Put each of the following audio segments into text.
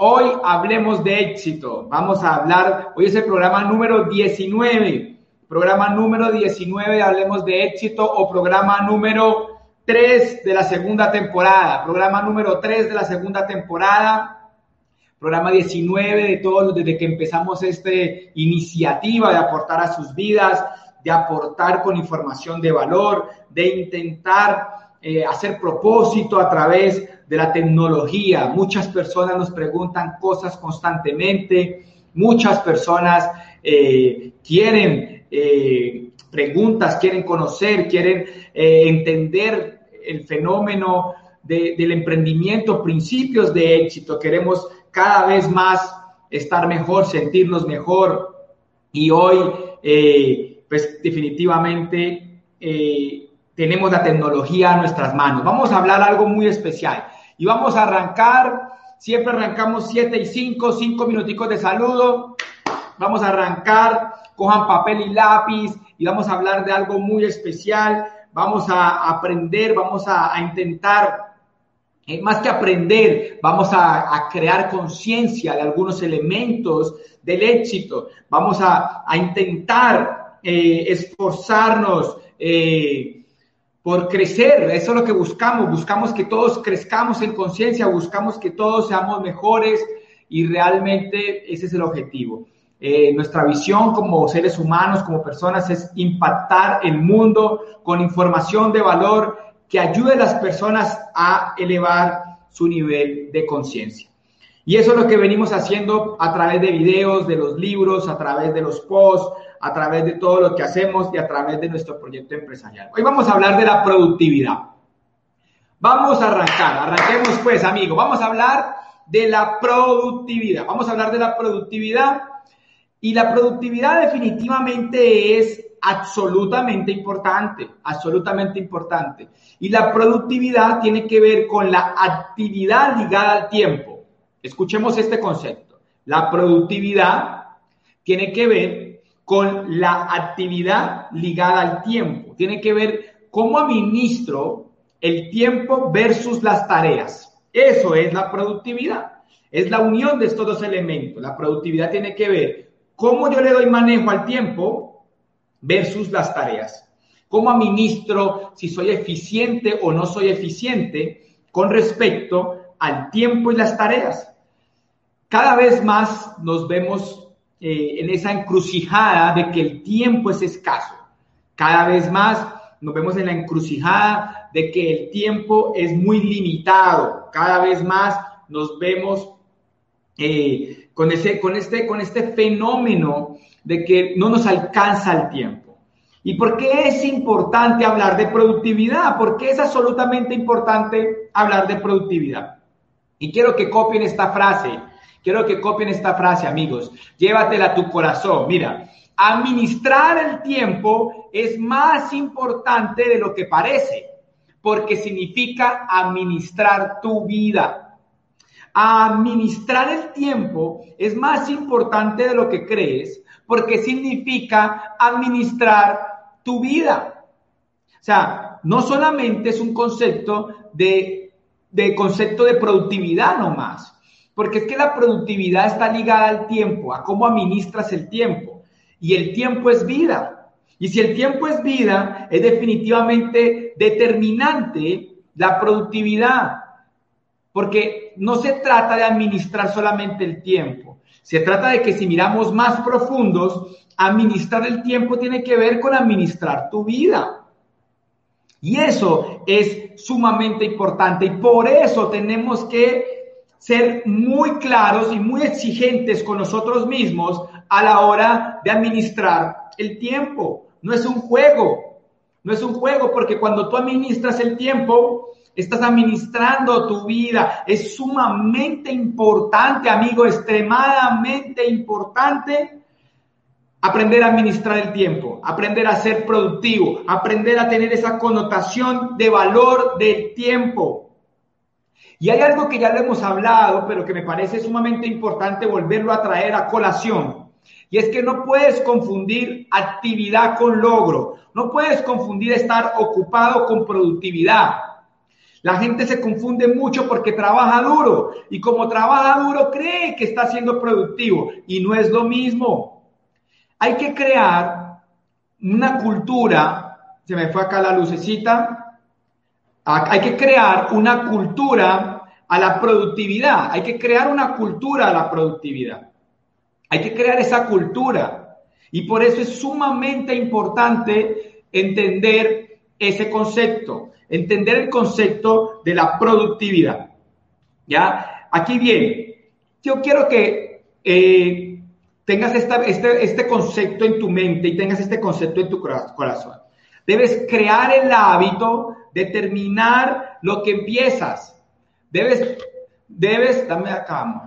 Hoy hablemos de éxito. Vamos a hablar, hoy es el programa número 19. Programa número 19 Hablemos de éxito o programa número 3 de la segunda temporada. Programa número 3 de la segunda temporada. Programa 19 de todos desde que empezamos esta iniciativa de aportar a sus vidas, de aportar con información de valor, de intentar hacer propósito a través de la tecnología. Muchas personas nos preguntan cosas constantemente, muchas personas quieren preguntas, quieren conocer, quieren entender el fenómeno del emprendimiento, principios de éxito. Queremos cada vez más estar mejor, sentirnos mejor, y hoy pues definitivamente tenemos la tecnología a nuestras manos. Vamos a hablar algo muy especial y vamos a arrancar, siempre arrancamos 7:05, 5 minuticos de saludo. Vamos a arrancar, cojan papel y lápiz y vamos a hablar de algo muy especial. Vamos a aprender, vamos a intentar, más que aprender, vamos a crear conciencia de algunos elementos del éxito. Vamos a intentar esforzarnos por crecer. Eso es lo que buscamos que todos crezcamos en conciencia, buscamos que todos seamos mejores y realmente ese es el objetivo. Nuestra visión como seres humanos, como personas, es impactar el mundo con información de valor que ayude a las personas a elevar su nivel de conciencia. Y eso es lo que venimos haciendo a través de videos, de los libros, a través de los posts, a través de todo lo que hacemos y a través de nuestro proyecto empresarial. Hoy vamos a hablar de la productividad. Vamos a arranquemos pues, amigos. Vamos a hablar de la productividad. Y la productividad definitivamente es absolutamente importante. Y la productividad tiene que ver con la actividad ligada al tiempo. Escuchemos este concepto. La productividad tiene que ver con la actividad ligada al tiempo. Tiene que ver cómo administro el tiempo versus las tareas. Eso es la productividad. Es la unión de estos dos elementos. La productividad tiene que ver cómo yo le doy manejo al tiempo versus las tareas. Cómo administro, si soy eficiente o no soy eficiente con respecto al tiempo y las tareas. Cada vez más nos vemos en esa encrucijada de que el tiempo es escaso. Cada vez más nos vemos en la encrucijada de que el tiempo es muy limitado. Cada vez más nos vemos con este fenómeno de que no nos alcanza el tiempo. ¿Y por qué es importante hablar de productividad? Porque es absolutamente importante hablar de productividad. Y quiero que copien esta frase, amigos. Llévatela a tu corazón. Mira, administrar el tiempo es más importante de lo que parece, porque significa administrar tu vida. Administrar el tiempo es más importante de lo que crees, porque significa administrar tu vida. O sea, no solamente es un concepto de productividad nomás, porque es que la productividad está ligada al tiempo, a cómo administras el tiempo. Y el tiempo es vida. Y si el tiempo es vida, es definitivamente determinante la productividad. Porque no se trata de administrar solamente el tiempo. Se trata de que si miramos más profundos, administrar el tiempo tiene que ver con administrar tu vida. Y eso es sumamente importante. Y por eso tenemos que ser muy claros y muy exigentes con nosotros mismos a la hora de administrar el tiempo. No es un juego, porque cuando tú administras el tiempo, estás administrando tu vida. Es sumamente importante, amigo, extremadamente importante aprender a administrar el tiempo, aprender a ser productivo, aprender a tener esa connotación de valor del tiempo. Y hay algo que ya lo hemos hablado, pero que me parece sumamente importante volverlo a traer a colación. Y es que no puedes confundir actividad con logro. No puedes confundir estar ocupado con productividad. La gente se confunde mucho porque trabaja duro y como trabaja duro cree que está siendo productivo y no es lo mismo. Hay que crear una cultura, se me fue acá la lucecita, hay que crear una cultura a la productividad, hay que crear una cultura a la productividad, hay que crear esa cultura y por eso es sumamente importante entender ese concepto, entender el concepto de la productividad. ¿Ya? Aquí viene, yo quiero que tengas este concepto en tu mente y tengas este concepto en tu corazón. Debes crear el hábito de terminar lo que empiezas. Dame acá, amor.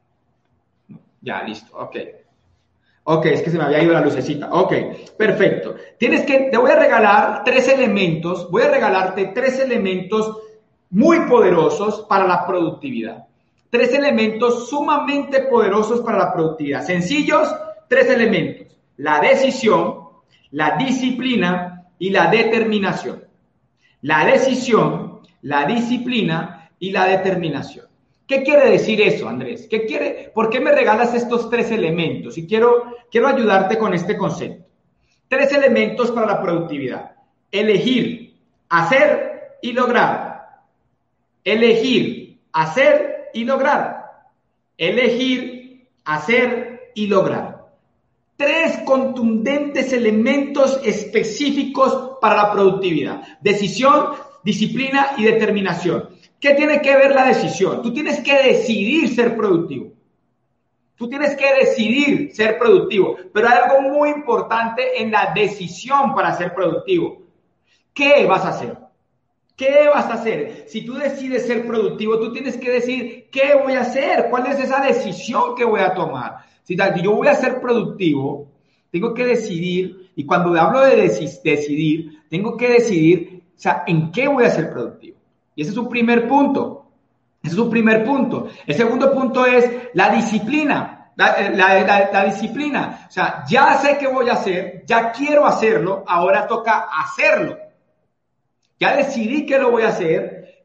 Ya, listo, ok. Ok, es que se me había ido la lucecita. Ok, perfecto. Te voy a regalar voy a regalarte 3 elementos muy poderosos para la productividad. 3 elementos sumamente poderosos para la productividad. Sencillos, 3 elementos. La decisión, la disciplina y la determinación. La decisión, la disciplina y la determinación. ¿Qué quiere decir eso, Andrés? ¿Por qué me regalas estos 3 elementos? Y quiero ayudarte con este concepto. 3 elementos para la productividad. Elegir, hacer y lograr. Elegir, hacer y lograr. Elegir, hacer y lograr. 3 contundentes elementos específicos para la productividad. Decisión, disciplina y determinación. ¿Qué tiene que ver la decisión? Tú tienes que decidir ser productivo. Tú tienes que decidir ser productivo. Pero hay algo muy importante en la decisión para ser productivo. ¿Qué vas a hacer? ¿Qué vas a hacer? Si tú decides ser productivo, tú tienes que decir, ¿qué voy a hacer? ¿Cuál es esa decisión que voy a tomar? Si yo voy a ser productivo, tengo que decidir, y cuando hablo de decidir, tengo que decidir, o sea, ¿en qué voy a ser productivo? Y ese es un primer punto. Ese es un primer punto. El segundo punto es la disciplina. La disciplina. O sea, ya sé qué voy a hacer, ya quiero hacerlo, ahora toca hacerlo. Ya decidí que lo voy a hacer,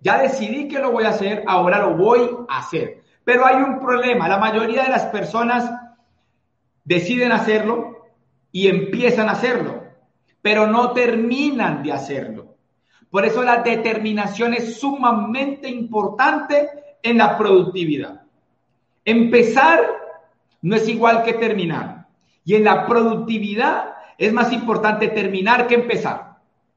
ahora lo voy a hacer. Pero hay un problema, la mayoría de las personas deciden hacerlo y empiezan a hacerlo, pero no terminan de hacerlo. Por eso la determinación es sumamente importante en la productividad. Empezar no es igual que terminar. Y en la productividad es más importante terminar que empezar.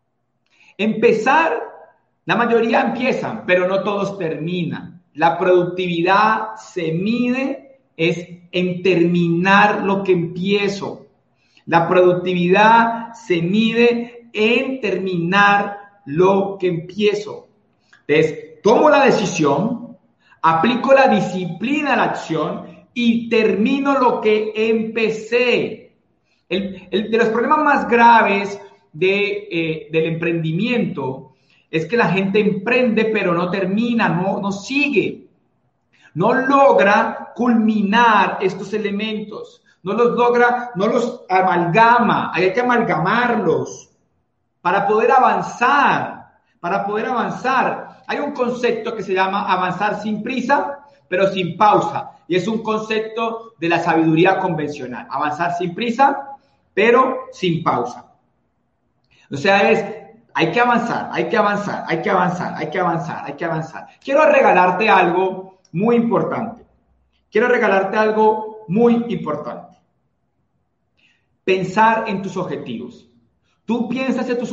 Empezar, la mayoría empiezan, pero no todos terminan. La productividad se mide en terminar lo que empiezo. La productividad se mide en terminar lo que empiezo. Entonces, tomo la decisión, aplico la disciplina a la acción y termino lo que empecé. De los problemas más graves del emprendimiento es que la gente emprende pero no termina, no sigue, no logra culminar estos elementos, no los amalgama, hay que amalgamarlos para poder avanzar. Hay un concepto que se llama avanzar sin prisa, pero sin pausa, y es un concepto de la sabiduría convencional, avanzar sin prisa, pero sin pausa. O sea, hay que avanzar. Quiero regalarte algo muy importante. Pensar en tus objetivos. ¿Tú piensas en tus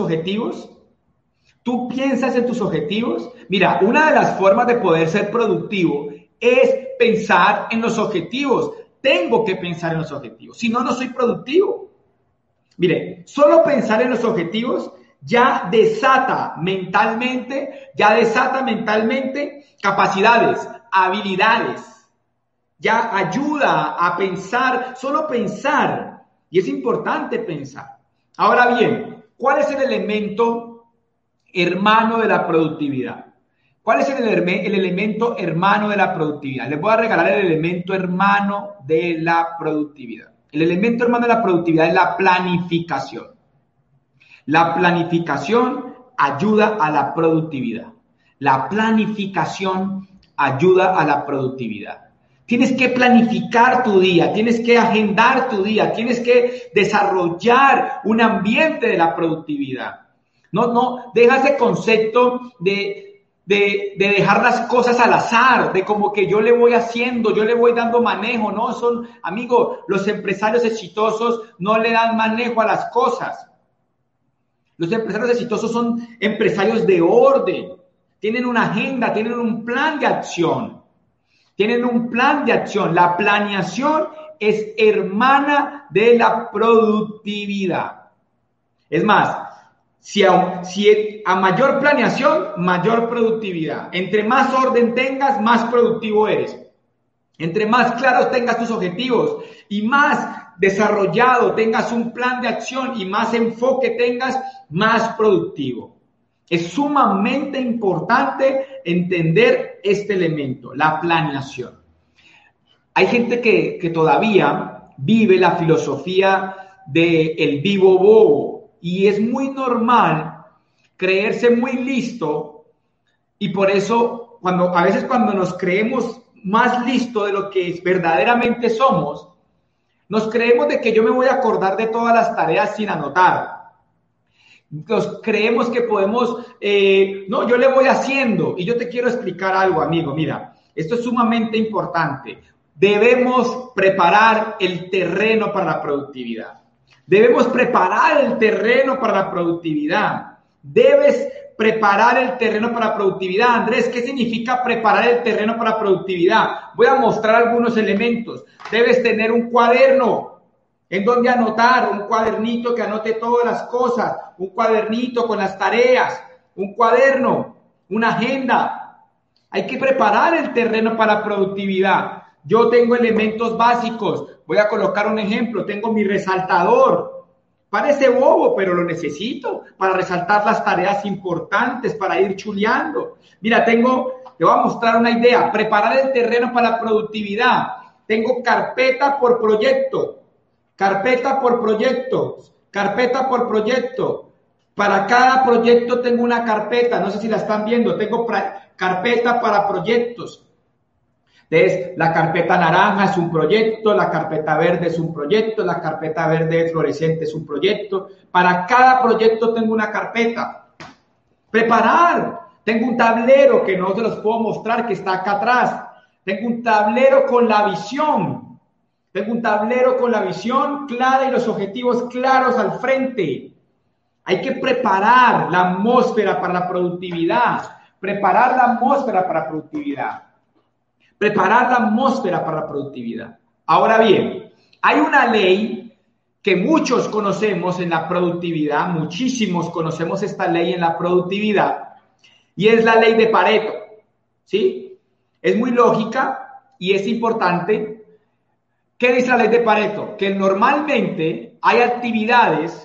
objetivos? Mira, una de las formas de poder ser productivo es pensar en los objetivos. Tengo que pensar en los objetivos, si no, no soy productivo. Mire, solo pensar en los objetivos ya desata mentalmente capacidades, habilidades. Ya ayuda a pensar, solo pensar. Y es importante pensar. Ahora bien, ¿cuál es el elemento hermano de la productividad? ¿Cuál es el elemento hermano de la productividad? Les voy a regalar el elemento hermano de la productividad. El elemento hermano de la productividad es la planificación. La planificación ayuda a la productividad. La planificación ayuda a la productividad. Tienes que planificar tu día, tienes que agendar tu día, tienes que desarrollar un ambiente de la productividad. No, deja ese concepto de dejar las cosas al azar, de como que yo le voy haciendo, yo le voy dando manejo, ¿no? Amigo, los empresarios exitosos no le dan manejo a las cosas. Los empresarios exitosos son empresarios de orden, tienen una agenda, tienen un plan de acción. Tienen un plan de acción. La planeación es hermana de la productividad. Es más, si a mayor planeación, mayor productividad. Entre más orden tengas, más productivo eres. Entre más claros tengas tus objetivos y más desarrollado tengas un plan de acción y más enfoque tengas, más productivo. Es sumamente importante entender este elemento, la planeación. Hay gente que todavía vive la filosofía del vivo bobo y es muy normal creerse muy listo y por eso a veces cuando nos creemos más listo de lo que verdaderamente somos, nos creemos de que yo me voy a acordar de todas las tareas sin anotar. Nos creemos que podemos, no, yo le voy haciendo. Y yo te quiero explicar algo, amigo. Mira, esto es sumamente importante. Debemos preparar el terreno para la productividad. Debemos preparar el terreno para la productividad. Debes preparar el terreno para la productividad. Andrés, ¿qué significa preparar el terreno para la productividad? Voy a mostrar algunos elementos. Debes tener un cuaderno en donde anotar, un cuadernito que anote todas las cosas, un cuadernito con las tareas, un cuaderno, una agenda. Hay que preparar el terreno para la productividad. Yo tengo elementos básicos. Voy a colocar un ejemplo. Tengo mi resaltador. Parece bobo, pero lo necesito para resaltar las tareas importantes, para ir chuleando. Mira, te voy a mostrar una idea. Preparar el terreno para la productividad. Tengo carpeta por proyecto. Carpeta por proyectos, carpeta por proyecto. Para cada proyecto tengo una carpeta, no sé si la están viendo, tengo carpeta para proyectos. Entonces, la carpeta naranja es un proyecto, la carpeta verde es un proyecto, la carpeta verde fluorescente es un proyecto. Para cada proyecto tengo una carpeta. Preparar. Tengo un tablero que no se los puedo mostrar, que está acá atrás. Tengo un tablero con la visión. Tengo un tablero con la visión clara y los objetivos claros al frente. Hay que preparar la atmósfera para la productividad. Preparar la atmósfera para la productividad. Preparar la atmósfera para la productividad. Ahora bien, hay una ley que muchos conocemos en la productividad, muchísimos conocemos esta ley en la productividad, y es la ley de Pareto. ¿Sí? Es muy lógica y es importante. ¿Qué dice la ley de Pareto? Que normalmente hay actividades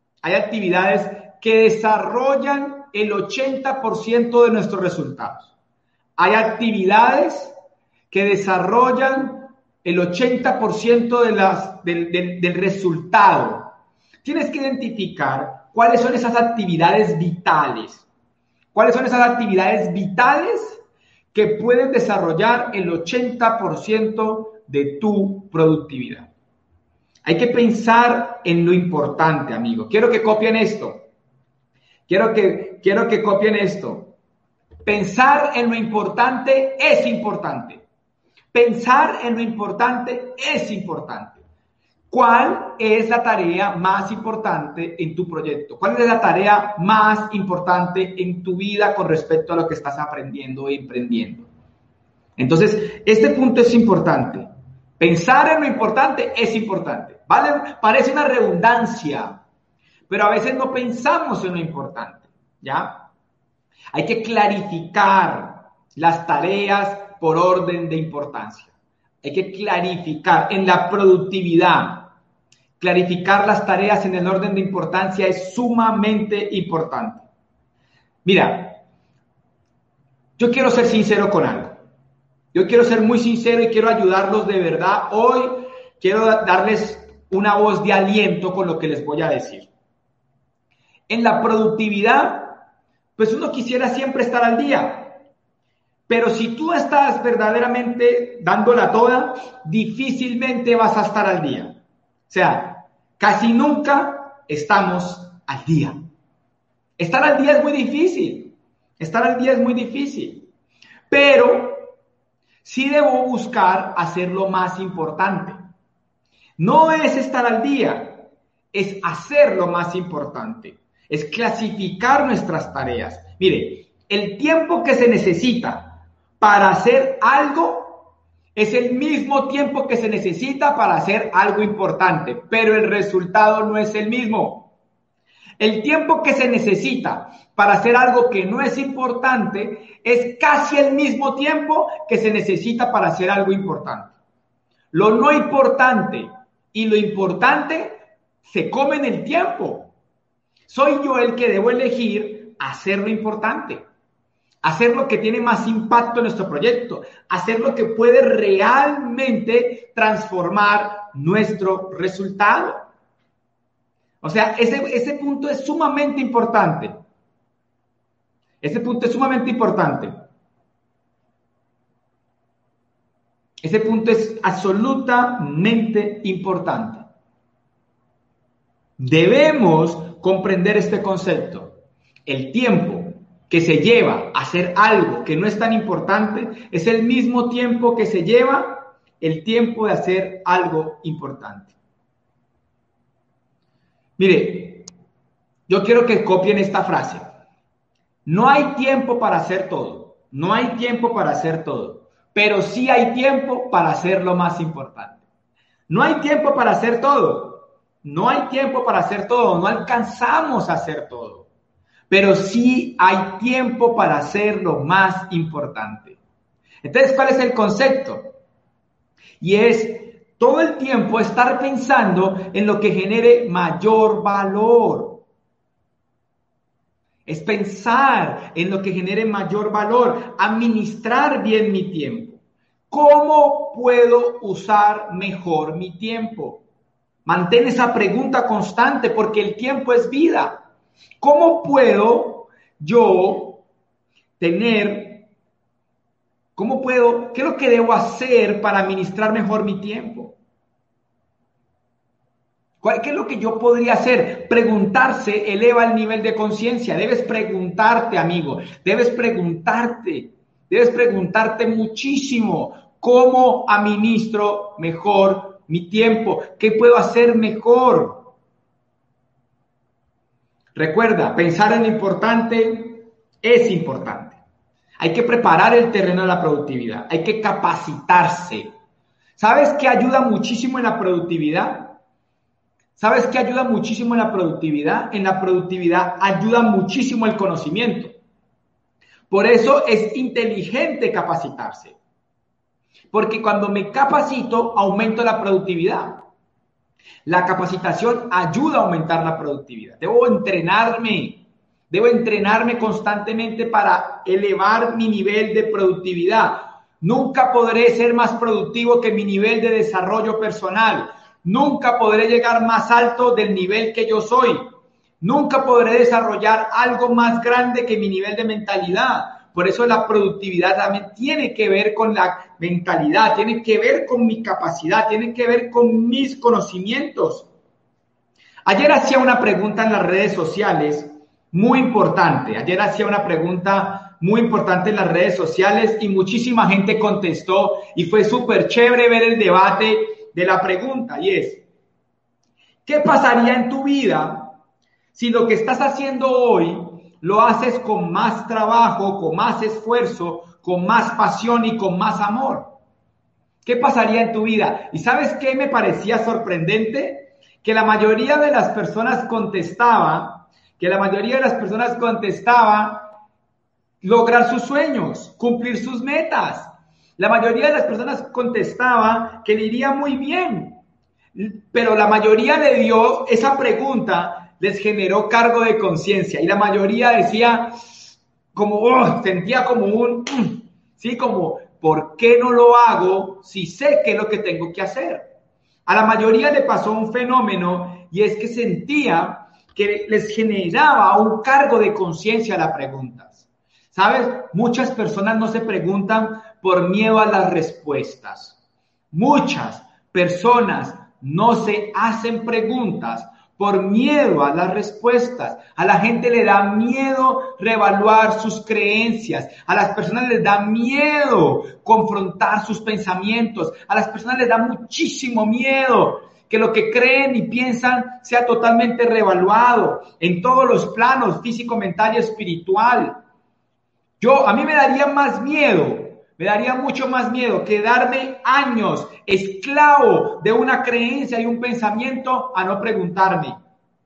que desarrollan el 80% de nuestros resultados. Hay actividades que desarrollan el 80% del resultado. Tienes que identificar cuáles son esas actividades vitales. ¿Cuáles son esas actividades vitales que pueden desarrollar el 80% de tu productividad? Hay que pensar en lo importante, amigo. Quiero que copien esto. Quiero que copien esto. Pensar en lo importante es importante. Pensar en lo importante es importante. ¿Cuál es la tarea más importante en tu proyecto? ¿Cuál es la tarea más importante en tu vida con respecto a lo que estás aprendiendo y emprendiendo? Entonces, este punto es importante. Pensar en lo importante es importante. ¿Vale? Parece una redundancia, pero a veces no pensamos en lo importante, ¿ya? Hay que clarificar las tareas por orden de importancia. Hay que clarificar en la productividad. Clarificar las tareas en el orden de importancia es sumamente importante. Mira, yo quiero ser sincero con algo. Yo quiero ser muy sincero y quiero ayudarlos de verdad. Hoy quiero darles una voz de aliento con lo que les voy a decir. En la productividad, pues uno quisiera siempre estar al día. Pero si tú estás verdaderamente dándola toda, difícilmente vas a estar al día. O sea, casi nunca estamos al día. Estar al día es muy difícil. Estar al día es muy difícil. Pero sí debo buscar hacer lo más importante. No es estar al día, es hacer lo más importante. Es clasificar nuestras tareas. Mire, el tiempo que se necesita para hacer algo es el mismo tiempo que se necesita para hacer algo importante, pero el resultado no es el mismo. El tiempo que se necesita para hacer algo que no es importante es casi el mismo tiempo que se necesita para hacer algo importante. Lo no importante y lo importante se comen el tiempo. Soy yo el que debo elegir hacer lo importante, hacer lo que tiene más impacto en nuestro proyecto, hacer lo que puede realmente transformar nuestro resultado. O sea, ese punto es sumamente importante. Ese punto es sumamente importante. Ese punto es absolutamente importante. Debemos comprender este concepto. El tiempo que se lleva a hacer algo que no es tan importante es el mismo tiempo que se lleva el tiempo de hacer algo importante. Mire, yo quiero que copien esta frase. No hay tiempo para hacer todo. No hay tiempo para hacer todo. Pero sí hay tiempo para hacer lo más importante. No hay tiempo para hacer todo. No hay tiempo para hacer todo. No alcanzamos a hacer todo. Pero sí hay tiempo para hacer lo más importante. Entonces, ¿cuál es el concepto? Y es todo el tiempo estar pensando en lo que genere mayor valor. Es pensar en lo que genere mayor valor, administrar bien mi tiempo. ¿Cómo puedo usar mejor mi tiempo? Mantén esa pregunta constante porque el tiempo es vida. ¿Cómo puedo yo tener, qué es lo que debo hacer para administrar mejor mi tiempo? ¿Qué es lo que yo podría hacer? Preguntarse eleva el nivel de conciencia. Debes preguntarte, amigo. Debes preguntarte muchísimo. ¿Cómo administro mejor mi tiempo? ¿Qué puedo hacer mejor? Recuerda, pensar en lo importante es importante. Hay que preparar el terreno de la productividad. Hay que capacitarse. ¿Sabes qué ayuda muchísimo en la productividad? ¿Sabes qué ayuda muchísimo en la productividad? En la productividad ayuda muchísimo el conocimiento. Por eso es inteligente capacitarse. Porque cuando me capacito, aumento la productividad. La capacitación ayuda a aumentar la productividad. Debo entrenarme constantemente para elevar mi nivel de productividad. Nunca podré ser más productivo que mi nivel de desarrollo personal. Nunca podré llegar más alto del nivel que yo soy. Nunca podré desarrollar algo más grande que mi nivel de mentalidad. Por eso la productividad también tiene que ver con la mentalidad, tiene que ver con mi capacidad, tiene que ver con mis conocimientos. Ayer hacía una pregunta en las redes sociales muy importante. En las redes sociales y muchísima gente contestó y fue súper chévere ver el debate de la pregunta, y es: ¿qué pasaría en tu vida si lo que estás haciendo hoy lo haces con más trabajo, con más esfuerzo, con más pasión y con más amor? ¿Qué pasaría en tu vida? ¿Y sabes qué me parecía sorprendente? Que la mayoría de las personas contestaba lograr sus sueños, cumplir sus metas. La mayoría de las personas contestaba que le iría muy bien, pero la mayoría le dio esa pregunta, les generó cargo de conciencia y la mayoría decía sentía como ¿por qué no lo hago si sé qué es lo que tengo que hacer? A la mayoría le pasó un fenómeno y es que sentía que les generaba un cargo de conciencia las preguntas. ¿Sabes? Muchas personas no se preguntan por miedo a las respuestas. Muchas personas no se hacen preguntas por miedo a las respuestas. A la gente le da miedo reevaluar sus creencias. A las personas les da miedo confrontar sus pensamientos. A las personas les da muchísimo miedo que lo que creen y piensan sea totalmente reevaluado en todos los planos, físico, mental y espiritual. A mí me daría más miedo, me daría mucho más miedo quedarme años esclavo de una creencia y un pensamiento a no preguntarme.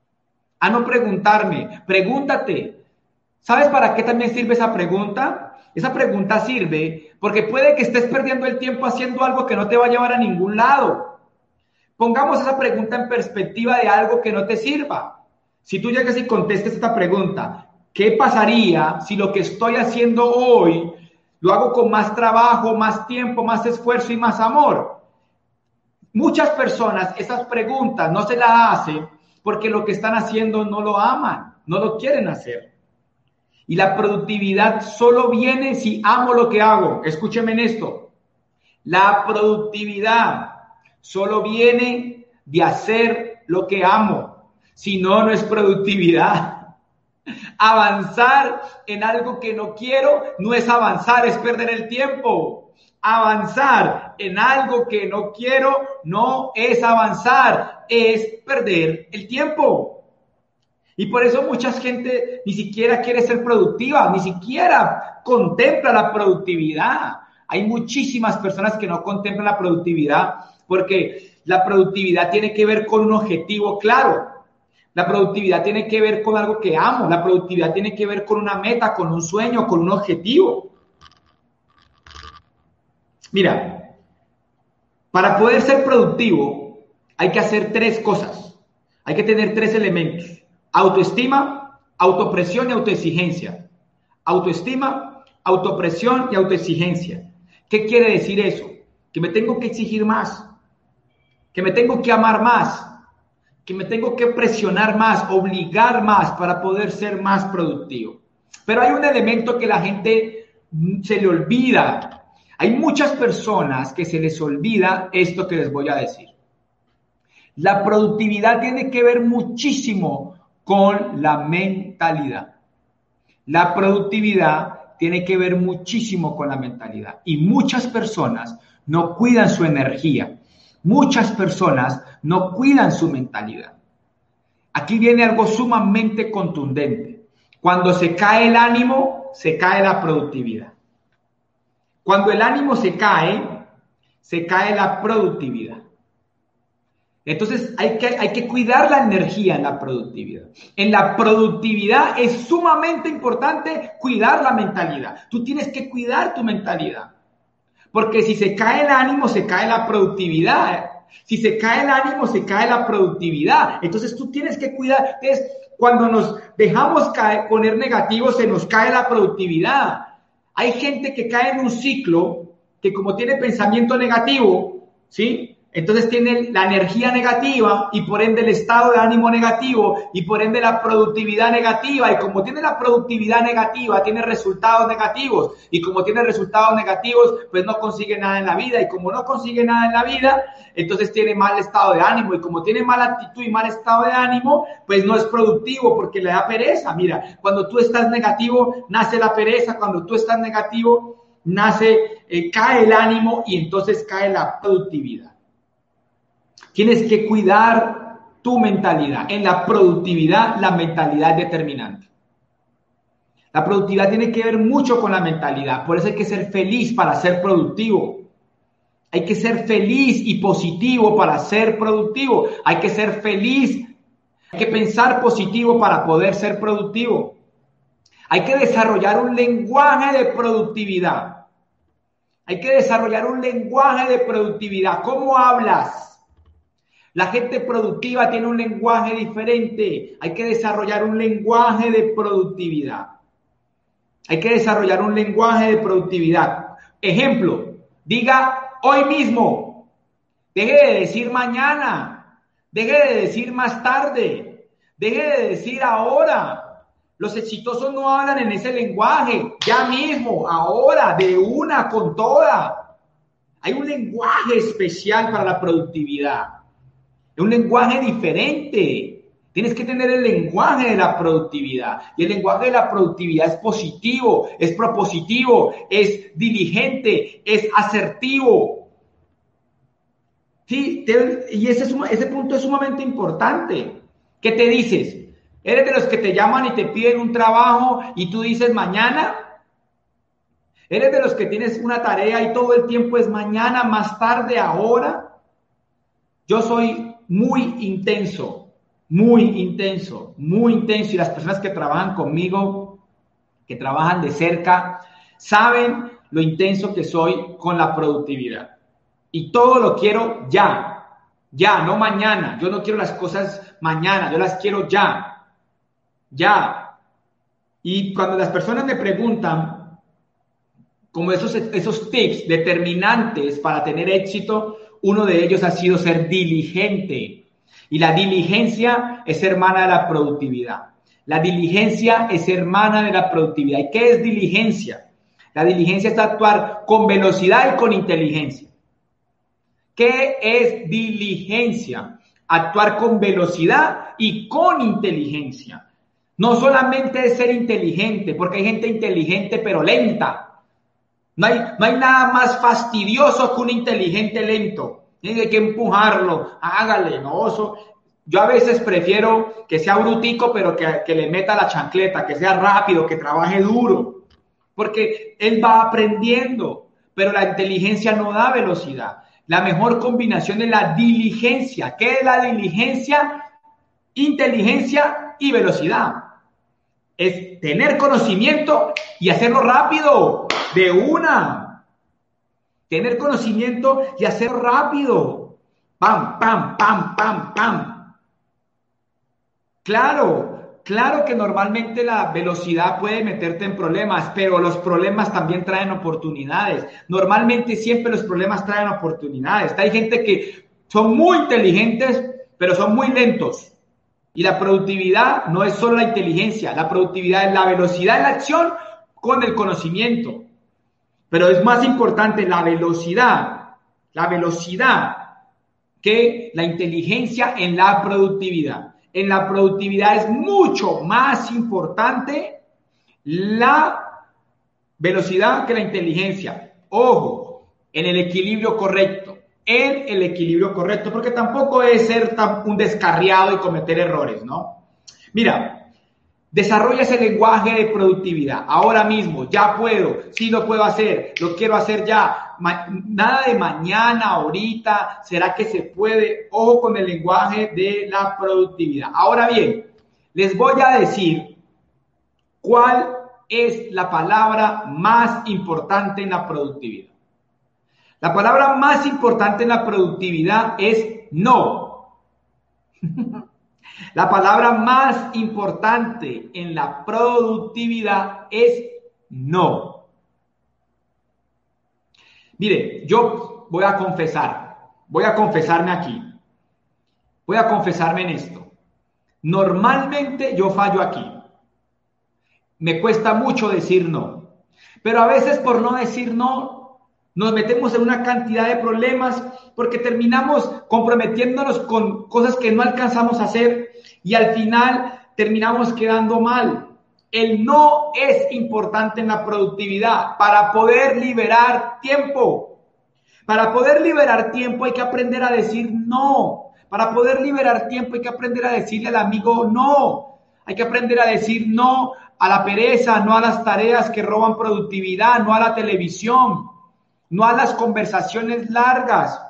Pregúntate. ¿Sabes para qué también sirve esa pregunta? Esa pregunta sirve porque puede que estés perdiendo el tiempo haciendo algo que no te va a llevar a ningún lado. Pongamos esa pregunta en perspectiva de algo que no te sirva. Si tú llegas y contestas esta pregunta, ¿qué pasaría si lo que estoy haciendo hoy lo hago con más trabajo, más tiempo, más esfuerzo y más amor? Muchas personas esas preguntas no se las hacen porque lo que están haciendo no lo aman, no lo quieren hacer. Y la productividad solo viene si amo lo que hago. Escúcheme en esto. La productividad solo viene de hacer lo que amo. Si no, no es productividad. Avanzar en algo que no quiero no es avanzar, es perder el tiempo. Avanzar en algo que no quiero no es avanzar, es perder el tiempo. Y por eso mucha gente ni siquiera quiere ser productiva, ni siquiera contempla la productividad. Hay muchísimas personas que no contemplan la productividad porque la productividad tiene que ver con un objetivo claro. La productividad tiene que ver con algo que amo. La productividad tiene que ver con una meta, con un sueño, con un objetivo. Mira, para poder ser productivo hay que hacer 3 cosas. Hay que tener 3 elementos. Autoestima, autopresión y autoexigencia. Autoestima, autopresión y autoexigencia. ¿Qué quiere decir eso? Que me tengo que exigir más, que me tengo que amar más, que me tengo que presionar más, obligar más para poder ser más productivo. Pero hay un elemento que la gente se le olvida. Hay muchas personas que se les olvida esto que les voy a decir. La productividad tiene que ver muchísimo con la mentalidad. La productividad tiene que ver muchísimo con la mentalidad. Y muchas personas no cuidan su energía. Muchas personas no cuidan su mentalidad. Aquí viene algo sumamente contundente. Cuando se cae el ánimo, se cae la productividad. Cuando el ánimo se cae la productividad. Entonces hay que cuidar la energía en la productividad. En la productividad es sumamente importante cuidar la mentalidad. Tú tienes que cuidar tu mentalidad. Porque si se cae el ánimo, se cae la productividad. Si se cae el ánimo, se cae la productividad. Entonces tú tienes que cuidar. Entonces, cuando nos dejamos poner negativos, se nos cae la productividad. Hay gente que cae en un ciclo que como tiene pensamiento negativo, ¿sí? Entonces tiene la energía negativa y por ende el estado de ánimo negativo y por ende la productividad negativa. Y como tiene la productividad negativa, tiene resultados negativos. Y como tiene resultados negativos, pues no consigue nada en la vida. Y como no consigue nada en la vida, entonces tiene mal estado de ánimo. Y como tiene mala actitud y mal estado de ánimo, pues no es productivo porque le da pereza. Mira, cuando tú estás negativo, nace la pereza. Cuando tú estás negativo, cae el ánimo y entonces cae la productividad. Tienes que cuidar tu mentalidad. En la productividad, la mentalidad es determinante. La productividad tiene que ver mucho con la mentalidad. Por eso hay que ser feliz para ser productivo. Hay que ser feliz y positivo para ser productivo. Hay que ser feliz. Hay que pensar positivo para poder ser productivo. Hay que desarrollar un lenguaje de productividad. Hay que desarrollar un lenguaje de productividad. ¿Cómo hablas? La gente productiva tiene un lenguaje diferente. Hay que desarrollar un lenguaje de productividad. Hay que desarrollar un lenguaje de productividad. Ejemplo, diga hoy mismo. Deje de decir mañana. Deje de decir más tarde. Deje de decir ahora. Los exitosos no hablan en ese lenguaje, ya mismo, ahora, de una, con toda. Hay un lenguaje especial para la productividad, es un lenguaje diferente. Tienes que tener el lenguaje de la productividad. Y el lenguaje de la productividad es positivo, es propositivo, es diligente, es asertivo. Sí, y ese punto es sumamente importante. ¿Qué te dices? ¿Eres de los que te llaman y te piden un trabajo y tú dices mañana? ¿Eres de los que tienes una tarea y todo el tiempo es mañana, más tarde, ahora? Yo soy muy intenso. Y las personas que trabajan conmigo, que trabajan de cerca, saben lo intenso que soy con la productividad. Y todo lo quiero ya, no mañana. Yo no quiero las cosas mañana, yo las quiero ya. Y cuando las personas me preguntan, como esos tips determinantes para tener éxito, uno de ellos ha sido ser diligente. Y la diligencia es hermana de la productividad. La diligencia es hermana de la productividad. ¿Y qué es diligencia? La diligencia es actuar con velocidad y con inteligencia. ¿Qué es diligencia? Actuar con velocidad y con inteligencia. No solamente es ser inteligente, porque hay gente inteligente pero lenta. No hay nada más fastidioso que un inteligente lento. Hay que empujarlo, hágale, no. Yo a veces prefiero que sea brutico, pero que le meta la chancleta, que sea rápido, que trabaje duro, porque él va aprendiendo, pero la inteligencia no da velocidad. La mejor combinación es la diligencia. ¿Qué es la diligencia? Inteligencia y velocidad. Es tener conocimiento y hacerlo rápido, de una. Tener conocimiento y hacerlo rápido. Pam, pam, pam, pam, pam. Claro que normalmente la velocidad puede meterte en problemas, pero los problemas también traen oportunidades. Normalmente siempre los problemas traen oportunidades. Hay gente que son muy inteligentes, pero son muy lentos. Y la productividad no es solo la inteligencia, la productividad es la velocidad en la acción con el conocimiento. Pero es más importante la velocidad que la inteligencia en la productividad. En la productividad es mucho más importante la velocidad que la inteligencia. Ojo, en el equilibrio correcto. Porque tampoco es ser un descarriado y cometer errores, ¿no? Mira, desarrolla ese lenguaje de productividad. Ahora mismo, ya puedo, sí lo puedo hacer, lo quiero hacer ya. Nada de mañana, ahorita, ¿será que se puede? Ojo con el lenguaje de la productividad. Ahora bien, les voy a decir cuál es la palabra más importante en la productividad. La palabra más importante en la productividad es no. La palabra más importante en la productividad es no. Mire, yo voy a confesarme aquí. Voy a confesarme en esto. Normalmente yo fallo aquí. Me cuesta mucho decir no. Pero a veces por no decir no, nos metemos en una cantidad de problemas porque terminamos comprometiéndonos con cosas que no alcanzamos a hacer y al final terminamos quedando mal. El no es importante en la productividad para poder liberar tiempo. Para poder liberar tiempo hay que aprender a decir no. Para poder liberar tiempo hay que aprender a decirle al amigo no. Hay que aprender a decir no a la pereza, no a las tareas que roban productividad, no a la televisión, no a las conversaciones largas.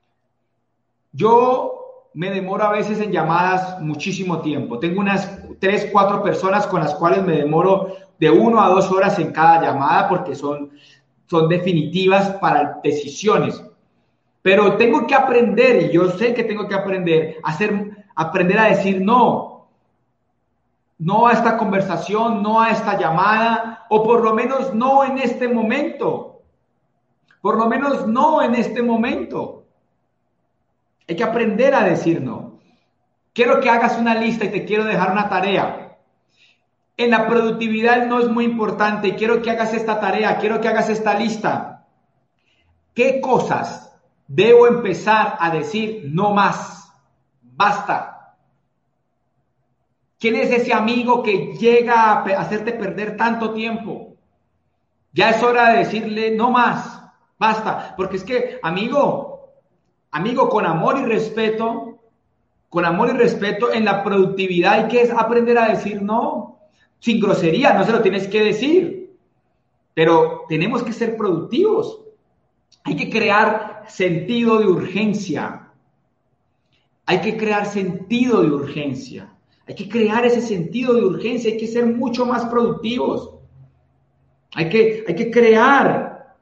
Yo me demoro a veces en llamadas muchísimo tiempo. Tengo unas 3, 4 personas con las cuales me demoro de 1 a 2 horas en cada llamada porque son definitivas para decisiones. Pero tengo que aprender, y yo sé que tengo que aprender a decir no. No a esta conversación, no a esta llamada, o por lo menos no en este momento. Por lo menos no en este momento. Hay que aprender a decir no. Quiero que hagas una lista y te quiero dejar una tarea. en la productividad no es muy importante. Quiero que hagas esta tarea, quiero que hagas esta lista. ¿Qué cosas debo empezar a decir no más? Basta. ¿Quién es ese amigo que llega a hacerte perder tanto tiempo? Ya es hora de decirle no más, basta. Porque es que, amigo, con amor y respeto, en la productividad hay que aprender a decir no, sin grosería, no se lo tienes que decir. Pero tenemos que ser productivos. Hay que crear sentido de urgencia. Hay que crear sentido de urgencia. Hay que crear ese sentido de urgencia. Hay que ser mucho más productivos. Hay que crear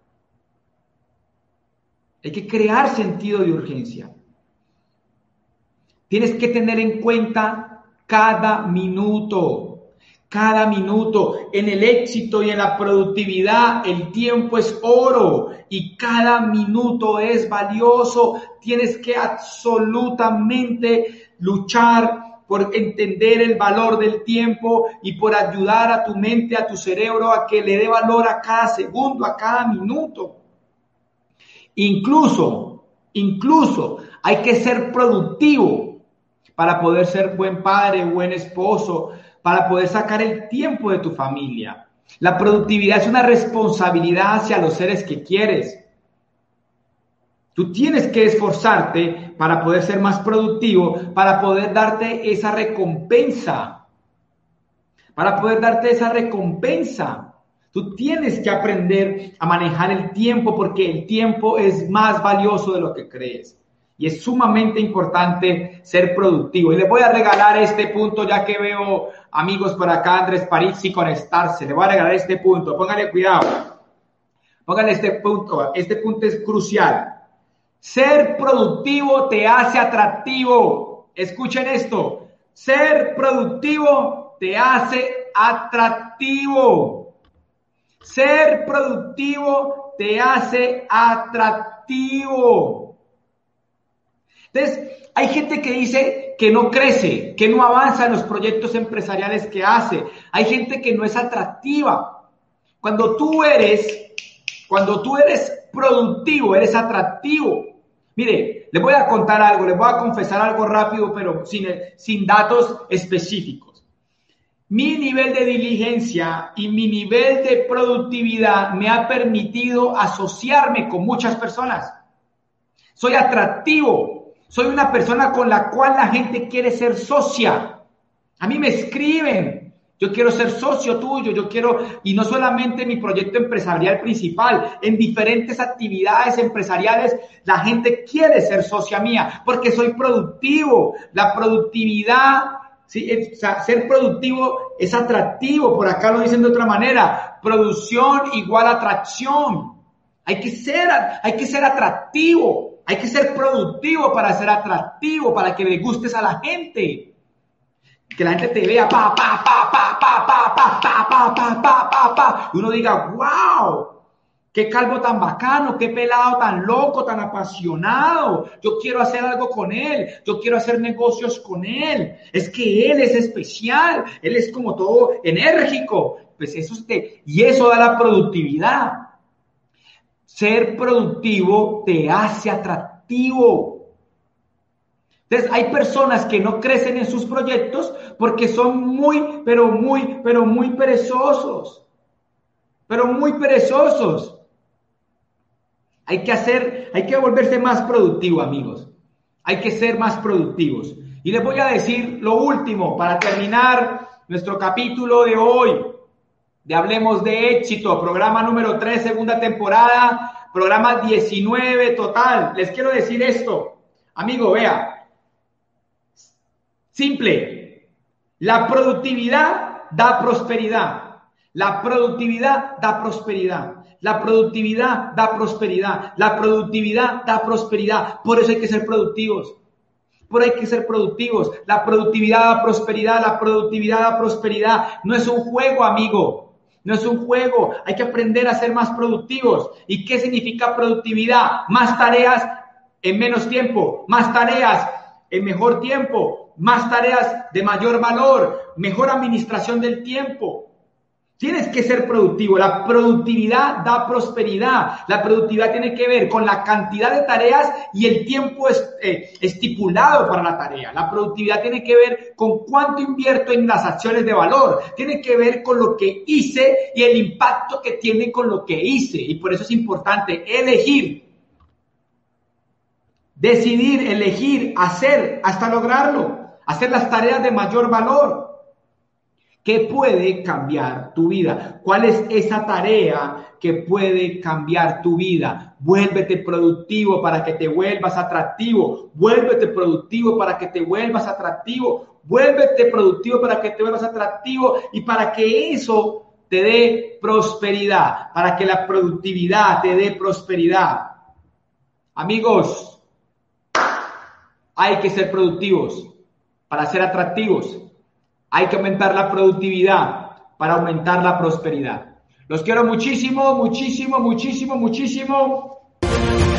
sentido de urgencia. Tienes que tener en cuenta cada minuto. Cada minuto. En el éxito y en la productividad, el tiempo es oro y cada minuto es valioso. Tienes que absolutamente luchar por entender el valor del tiempo y por ayudar a tu mente, a tu cerebro, a que le dé valor a cada segundo, a cada minuto. Incluso hay que ser productivo para poder ser buen padre, buen esposo, para poder sacar el tiempo de tu familia. La productividad es una responsabilidad hacia los seres que quieres. Tú tienes que esforzarte para poder ser más productivo, para poder darte esa recompensa. Tú tienes que aprender a manejar el tiempo porque el tiempo es más valioso de lo que crees. Y es sumamente importante ser productivo. Y les voy a regalar este punto, ya que veo amigos por acá, Andrés París, y conectarse. Les voy a regalar este punto. Póngale cuidado. Póngale este punto. Este punto es crucial. Ser productivo te hace atractivo. Escuchen esto. Ser productivo te hace atractivo. Ser productivo te hace atractivo. Entonces, hay gente que dice que no crece, que no avanza en los proyectos empresariales que hace. Hay gente que no es atractiva. Cuando tú eres productivo, eres atractivo. Mire, les voy a contar algo, les voy a confesar algo rápido, pero sin datos específicos. Mi nivel de diligencia y mi nivel de productividad me ha permitido asociarme con muchas personas. Soy atractivo, soy una persona con la cual la gente quiere ser socia. A mí me escriben. Yo quiero ser socio tuyo, y no solamente en mi proyecto empresarial principal, en diferentes actividades empresariales, la gente quiere ser socia mía, porque soy productivo. La productividad, ¿sí? Ser productivo es atractivo, por acá lo dicen de otra manera, producción igual atracción. Hay que ser atractivo, hay que ser productivo para ser atractivo, para que le gustes a la gente. Que la gente te vea, y uno diga, wow, qué calvo tan bacano, qué pelado tan loco, tan apasionado. Yo quiero hacer algo con él, yo quiero hacer negocios con él. Es que él es especial, él es como todo enérgico. Pues y eso da la productividad. Ser productivo te hace atractivo. Entonces, hay personas que no crecen en sus proyectos porque son muy perezosos. Hay que volverse más productivo, amigos. Hay que ser más productivos. Y les voy a decir lo último para terminar nuestro capítulo de hoy. De Hablemos de Éxito, programa número 3, segunda temporada, programa 19 total. Les quiero decir esto. Amigo, vea. Simple, la productividad da prosperidad, la productividad da prosperidad, la productividad da prosperidad, la productividad da prosperidad. Por eso hay que ser productivos, la productividad da prosperidad, la productividad da prosperidad. No es un juego, amigo, no es un juego, hay que aprender a ser más productivos. ¿Y qué significa productividad? Más tareas en menos tiempo, más tareas en mejor tiempo. más tareas de mayor valor, mejor administración del tiempo. Tienes que ser productivo. La productividad da prosperidad. La productividad tiene que ver con la cantidad de tareas y el tiempo estipulado para la tarea. La productividad tiene que ver con cuánto invierto en las acciones de valor. Tiene que ver con lo que hice y el impacto que tiene con lo que hice. Y por eso es importante elegir, decidir, elegir, hacer hasta lograrlo. Hacer las tareas de mayor valor. ¿Qué puede cambiar tu vida? ¿Cuál es esa tarea que puede cambiar tu vida? Vuélvete productivo para que te vuelvas atractivo. Vuélvete productivo para que te vuelvas atractivo. Vuélvete productivo para que te vuelvas atractivo y para que eso te dé prosperidad, para que la productividad te dé prosperidad. Amigos, hay que ser productivos para ser atractivos. Hay que aumentar la productividad para aumentar la prosperidad. Los quiero muchísimo, muchísimo, muchísimo, muchísimo.